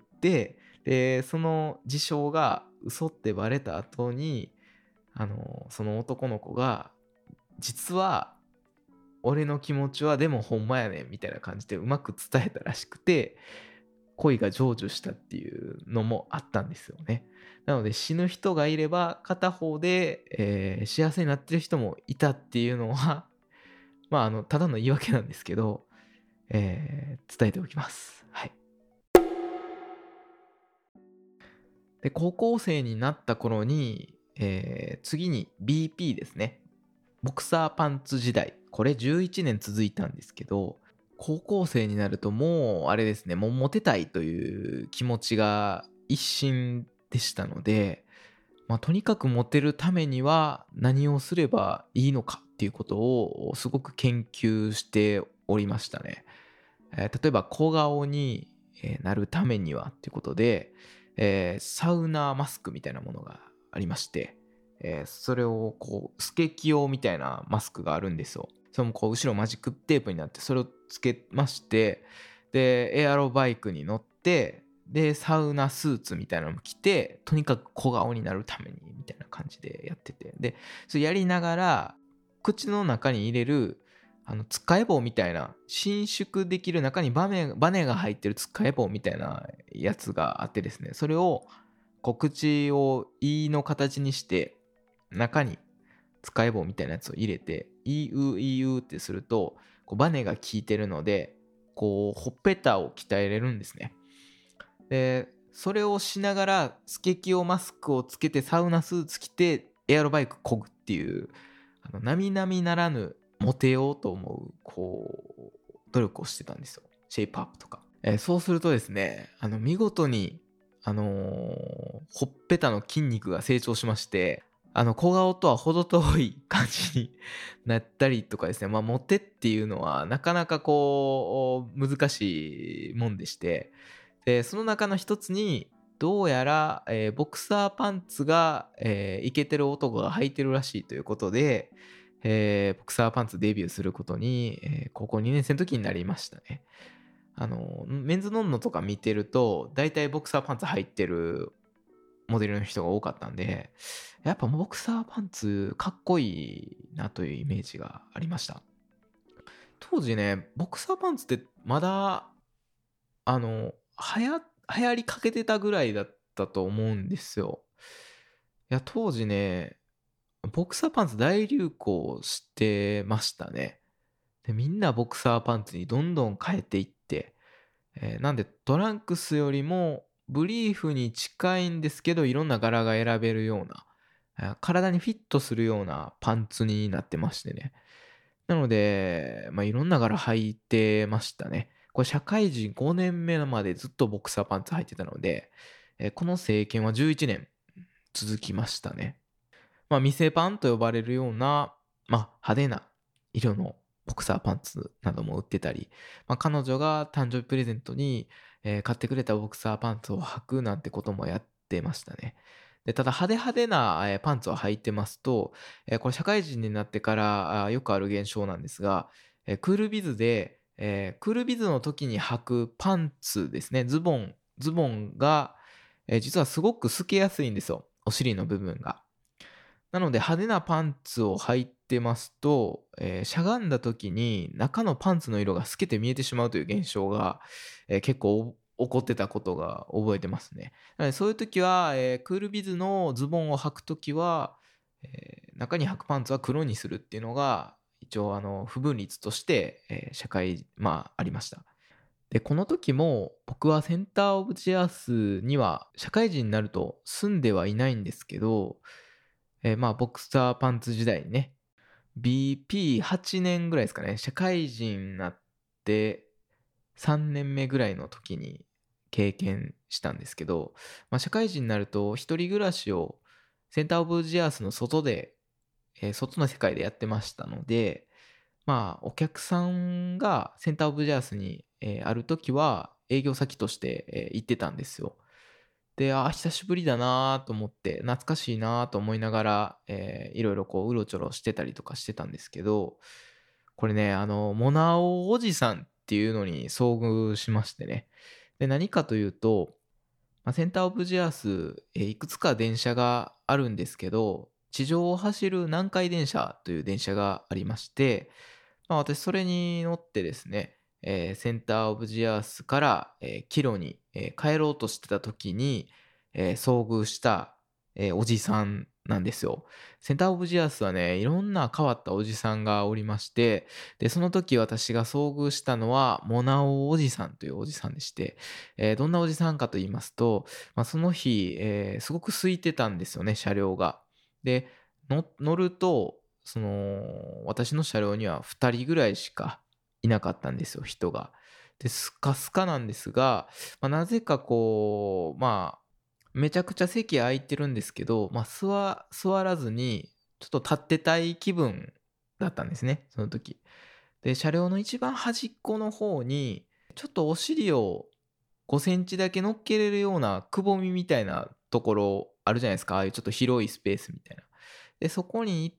S1: でその事象が嘘ってバレた後にその男の子が実は俺の気持ちはでもほんまやねんみたいな感じでうまく伝えたらしくて、恋が成就したっていうのもあったんですよね。なので死ぬ人がいれば片方で、幸せになってる人もいたっていうのはただの言い訳なんですけど、伝えておきます。はい。で、高校生になった頃に、次に BP ですね。ボクサーパンツ時代。これ11年続いたんですけど、高校生になるともうあれですね、もうモテたいという気持ちが一心でしたので、とにかくモテるためには何をすればいいのかっていうことをすごく研究しておりましたね。例えば小顔になるためにはっていうことで、サウナーマスクみたいなものがありまして、それをスケキヨみたいなマスクがあるんですよ。それも後ろマジックテープになって、それをつけまして、でエアロバイクに乗って、でサウナスーツみたいなのも着て、とにかく小顔になるためにみたいな感じでやってて、でそれやりながら口の中に入れるつっかえ棒みたいな、伸縮できる中にバネが入ってるつっかえ棒みたいなやつがあってですね、それを口をEの形にして中につっかえ棒みたいなやつを入れて、イウイウってするとバネが効いてるのでほっぺたを鍛えれるんですね。でそれをしながらスケキヨマスクをつけてサウナスーツ着てエアロバイク漕ぐっていう、並々ならぬモテようと思う努力をしてたんですよ。シェイプアップとか、そうするとですね、見事にほっぺたの筋肉が成長しまして、小顔とは程遠い感じになったりとかですね、モテっていうのはなかなか難しいもんでして、でその中の一つにどうやら、ボクサーパンツが、イケてる男が履いてるらしいということで、ボクサーパンツデビューすることに、高校2年生の時になりましたね。メンズノンノとか見てると大体ボクサーパンツ履いてるモデルの人が多かったんで、やっぱボクサーパンツかっこいいなというイメージがありました。当時ね、ボクサーパンツってまだ流行りかけてたぐらいだったと思うんですよ。いや当時ね、ボクサーパンツ大流行してましたね。でみんなボクサーパンツにどんどん変えていって、 なんでトランクスよりもブリーフに近いんですけど、いろんな柄が選べるような、体にフィットするようなパンツになってましてね。なので、いろんな柄履いてましたね。これ社会人5年目までずっとボクサーパンツ履いてたので、この政権は11年続きましたね。店パンと呼ばれるような、派手な色のボクサーパンツなども売ってたり、彼女が誕生日プレゼントに、買ってくれたボクサーパンツを履くなんてこともやってましたね。でただ派手な、パンツを履いてますと、これ社会人になってからよくある現象なんですが、クールビズで、クールビズの時に履くパンツですね、ズボンが、実はすごく透けやすいんですよ、お尻の部分が。なので派手なパンツを履いてますと、しゃがんだ時に中のパンツの色が透けて見えてしまうという現象が、結構起こってたことが覚えてますね。なのでそういう時は、クールビズのズボンを履く時は、中に履くパンツは黒にするっていうのが一応不分率として、社会ありました。でこの時も僕はセンターオブジェアスには社会人になると住んではいないんですけど、ボクサーパンツ時代にね、BP8 年ぐらいですかね、社会人になって3年目ぐらいの時に経験したんですけど、社会人になると一人暮らしをセンターオブジェアスの外で、外の世界でやってましたので、お客さんがセンターオブジェアスに、ある時は営業先として、行ってたんですよ。で、久しぶりだなと思って、懐かしいなと思いながら、いろいろうろちょろしてたりとかしてたんですけど、これね、モナオおじさんっていうのに遭遇しましてね。で、何かというと、センターオブジェアス、いくつか電車があるんですけど、地上を走る南海電車という電車がありまして、私それに乗ってですね、センターオブジェアスから、帰路に、帰ろうとしてた時に、遭遇した、おじさんなんですよ。センターオブジェアスはね、いろんな変わったおじさんがおりまして、でその時私が遭遇したのはモナオおじさんというおじさんでして、どんなおじさんかと言いますと、その日、すごく空いてたんですよね、車両が。で乗ると私の車両には2人ぐらいしかいなかったんですよ、人が。でスカスカなんですが、なぜかめちゃくちゃ席空いてるんですけど、座らずにちょっと立ってたい気分だったんですね、その時。で車両の一番端っこの方にちょっとお尻を5センチだけ乗っけれるようなくぼみみたいなところあるじゃないですか、ああいうちょっと広いスペースみたいな。でそこに行って、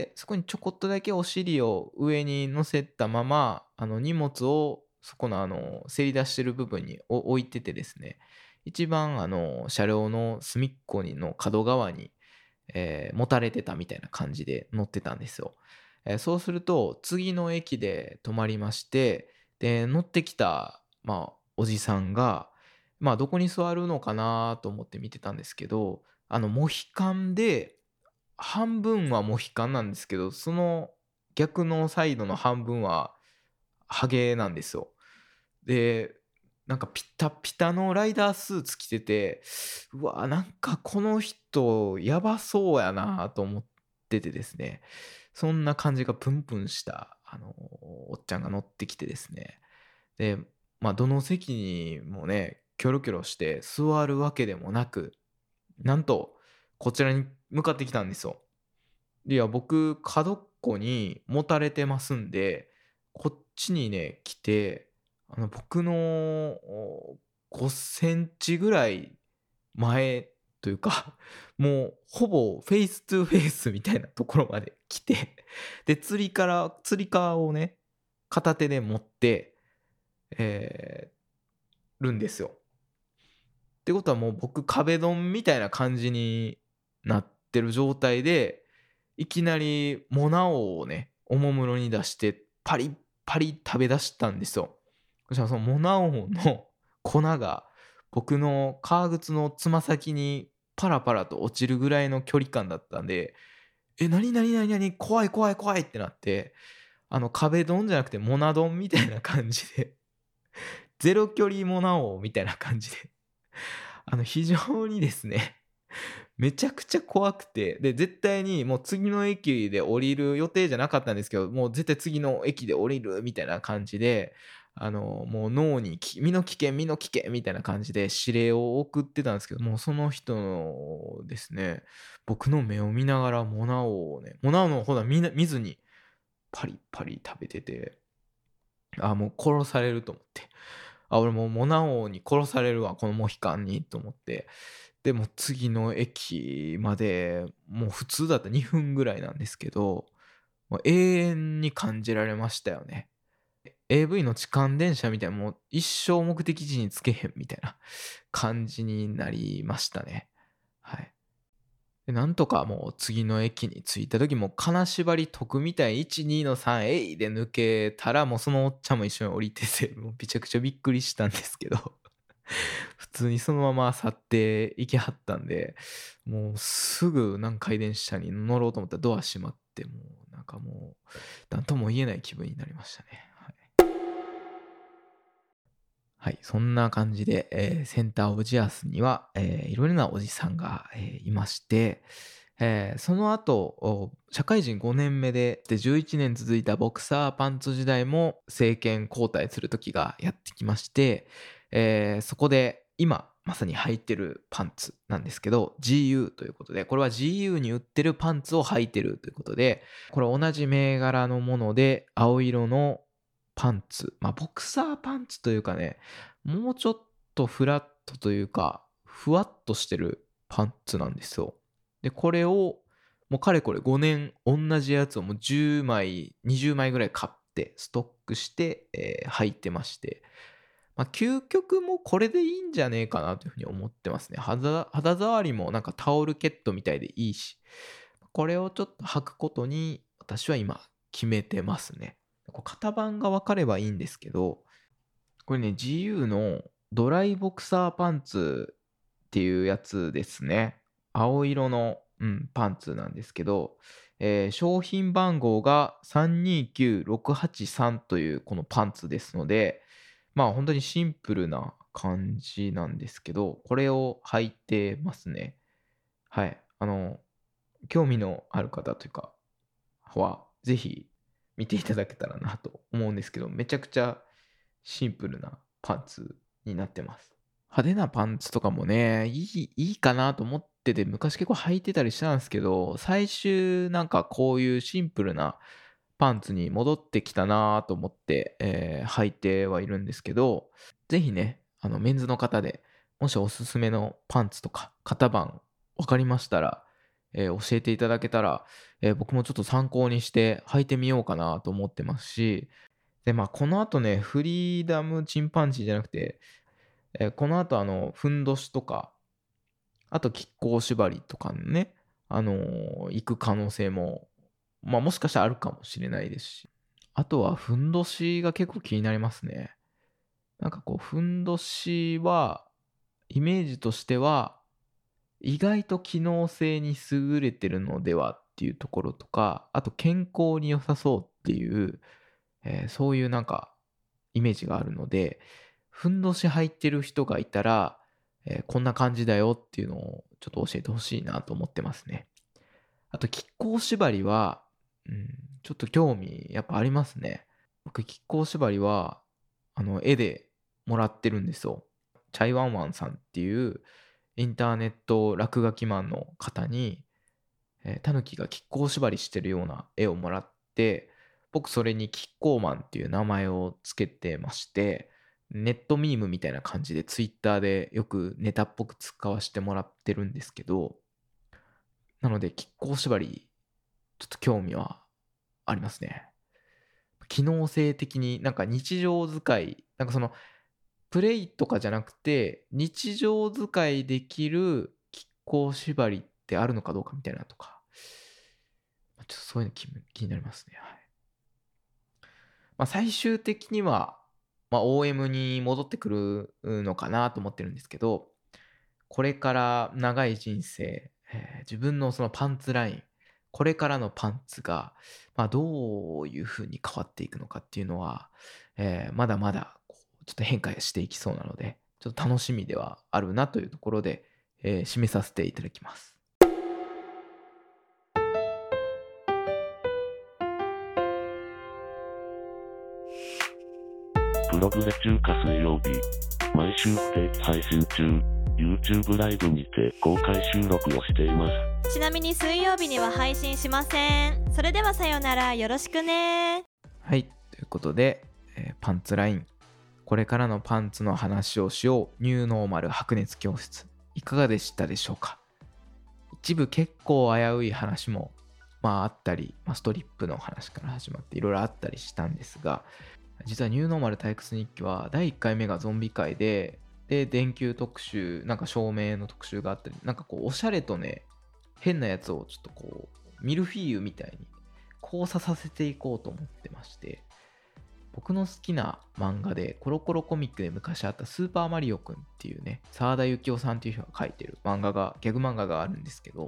S1: そこにちょこっとだけお尻を上に乗せたまま荷物をそこのせり出してる部分に置いててですね、一番車両の隅っこの角側に、持たれてたみたいな感じで乗ってたんですよ。そうすると次の駅で止まりまして、で乗ってきた、おじさんが、どこに座るのかなと思って見てたんですけど、モヒカンで半分はモヒカンなんですけど、その逆のサイドの半分はハゲなんですよ。でなんかピタピタのライダースーツ着てて、うわなんかこの人やばそうやなと思っててですね、そんな感じがプンプンしたおっちゃんが乗ってきてですね、でどの席にもねキョロキョロして座るわけでもなく、なんとこちらに向かってきたんですよ。いや僕角っこに持たれてますんで、こっちにね来て、僕の5センチぐらい前というか、もうほぼフェイストゥフェイスみたいなところまで来て、でつり革をね片手で持って、るんですよ。ってことはもう僕壁ドンみたいな感じになってる状態で、いきなりモナオをねおもむろに出してパリッパリ食べ出したんですよ。そしたらそのモナオの粉が僕の革靴のつま先にパラパラと落ちるぐらいの距離感だったんで、何怖い怖い怖いってなって、壁ドンじゃなくてモナドンみたいな感じでゼロ距離モナ王みたいな感じで非常にですねめちゃくちゃ怖くて、で絶対にもう次の駅で降りる予定じゃなかったんですけど、もう絶対次の駅で降りるみたいな感じで、もう脳に身の危険身の危険みたいな感じで指令を送ってたんですけど、もうその人のですね、僕の目を見ながらモナ王をね、モナ王のほら見ずにパリパリ食べてて、もう殺されると思って、俺もうモナ王に殺されるわこのモヒカンにと思って、でも次の駅までもう普通だったら2分ぐらいなんですけど、もう永遠に感じられましたよね。AV の痴漢電車みたいな、もう一生目的地につけへんみたいな感じになりましたね。はい。でなんとかもう次の駅に着いた時も金縛り解くみたい12の3えいで抜けたら、もうそのおっちゃんも一緒に降りてて、もうめちゃくちゃびっくりしたんですけど普通にそのまま去っていきはったんで、もうすぐ南海電車に乗ろうと思ったらドア閉まって、もうなんかもう何とも言えない気分になりましたね。はい、そんな感じで、センターオブジアスには、いろいろなおじさんが、いまして、その後社会人5年目で11年続いたボクサーパンツ時代も政権交代する時がやってきまして、そこで今まさに履いてるパンツなんですけど GU ということで、これは GU に売ってるパンツを履いてるということで、これ同じ銘柄のもので青色のパンツ、ボクサーパンツというかね、もうちょっとフラットというかふわっとしてるパンツなんですよ。でこれをもうかれこれ5年同じやつをもう10枚20枚ぐらい買ってストックして、履いてまして、究極もこれでいいんじゃねえかなというふうに思ってますね。肌触りもなんかタオルケットみたいでいいし、これをちょっと履くことに私は今決めてますね。型番が分かればいいんですけど、これね GU のドライボクサーパンツっていうやつですね。青色の、パンツなんですけど、商品番号が329683というこのパンツですので、本当にシンプルな感じなんですけど、これを履いてますね。はい。興味のある方というかはぜひ見ていただけたらなと思うんですけど、めちゃくちゃシンプルなパンツになってます。派手なパンツとかもね、いいかなと思ってて、昔結構履いてたりしたんですけど、最終なんかこういうシンプルなパンツに戻ってきたなと思って、履いてはいるんですけど、ぜひね、メンズの方でもしおすすめのパンツとか型番分かりましたら、教えていただけたら、僕もちょっと参考にして履いてみようかなと思ってますし、でこの後ね、フリーダムチンパンジーじゃなくて、この後ふんどしとか、あと亀甲縛りとかね、行く可能性ももしかしたらあるかもしれないですし、あとはふんどしが結構気になりますね。なんかこうふんどしはイメージとしては意外と機能性に優れてるのではっていうところとか、あと健康に良さそうっていう、そういうなんかイメージがあるので、ふんどし履いてる人がいたら、こんな感じだよっていうのをちょっと教えてほしいなと思ってますね。あと亀甲縛りは、ちょっと興味やっぱありますね。僕亀甲縛りは絵でもらってるんですよ。チャイワンワンさんっていうインターネット落書きマンの方に、タヌキが亀甲縛りしてるような絵をもらって、僕それに亀甲マンっていう名前をつけてまして、ネットミームみたいな感じでツイッターでよくネタっぽく使わせてもらってるんですけど、なので亀甲縛りちょっと興味はありますね。機能性的になんか日常使い、なんかそのプレイとかじゃなくて日常使いできる亀甲縛りってあるのかどうかみたいなとか、ちょっとそういうの気になりますね。はい。最終的には、OM に戻ってくるのかなと思ってるんですけど、これから長い人生、自分のそのパンツライン、これからのパンツが、どういう風に変わっていくのかっていうのは、まだまだちょっと変化していきそうなので、ちょっと楽しみではあるなというところで、締めさせていただきます。
S3: プログレ中華水曜日、毎週不定期配信中、YouTube ライブにて公開収録をしています。
S2: ちなみに水曜日には配信しません。それではさようなら、よろしくね。
S1: はい、ということで、パンツライン、これからのパンツの話をしよう、ニューノーマル白熱教室、いかがでしたでしょうか。一部結構危うい話もあったり、ストリップの話から始まっていろいろあったりしたんですが、実はニューノーマル退屈日記は第1回目がゾンビ界で電球特集、なんか照明の特集があったり、なんかこうおしゃれとね、変なやつをちょっとこうミルフィーユみたいに交差させていこうと思ってまして、僕の好きな漫画でコロコロコミックで昔あったスーパーマリオくんっていうね、沢田幸雄さんっていう人が書いてるギャグ漫画があるんですけど、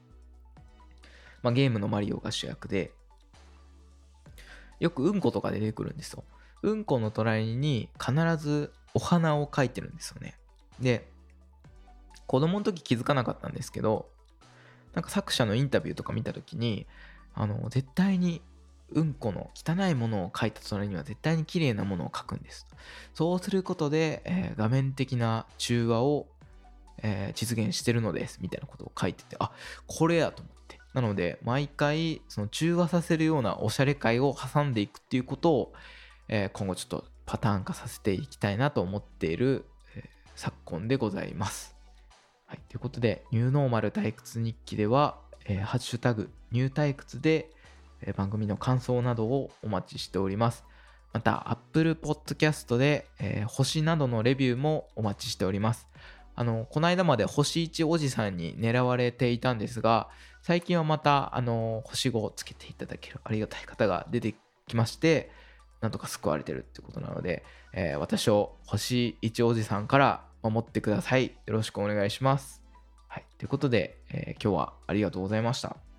S1: ゲームのマリオが主役で、よくうんことか出てくるんですよ。うんこの隣に必ずお花を描いてるんですよね。で、子供の時気づかなかったんですけど、なんか作者のインタビューとか見た時に、絶対にうんこの汚いものを描いた隣には絶対に綺麗なものを描くんです。そうすることで、画面的な中和を、実現してるのですみたいなことを書いてて、これやと思って。なので毎回その中和させるようなおしゃれ会を挟んでいくっていうことを、今後ちょっとパターン化させていきたいなと思っている、昨今でございます。はい、ということでニューノーマル退屈日記では、ハッシュタグニュー退屈で、番組の感想などをお待ちしております。また Apple Podcast で、星などのレビューもお待ちしております。この間まで星1おじさんに狙われていたんですが、最近はまた星5をつけていただけるありがたい方が出てきまして、なんとか救われてるってことなので、私を星1おじさんから守ってください。よろしくお願いします。はい、ということで、今日はありがとうございました。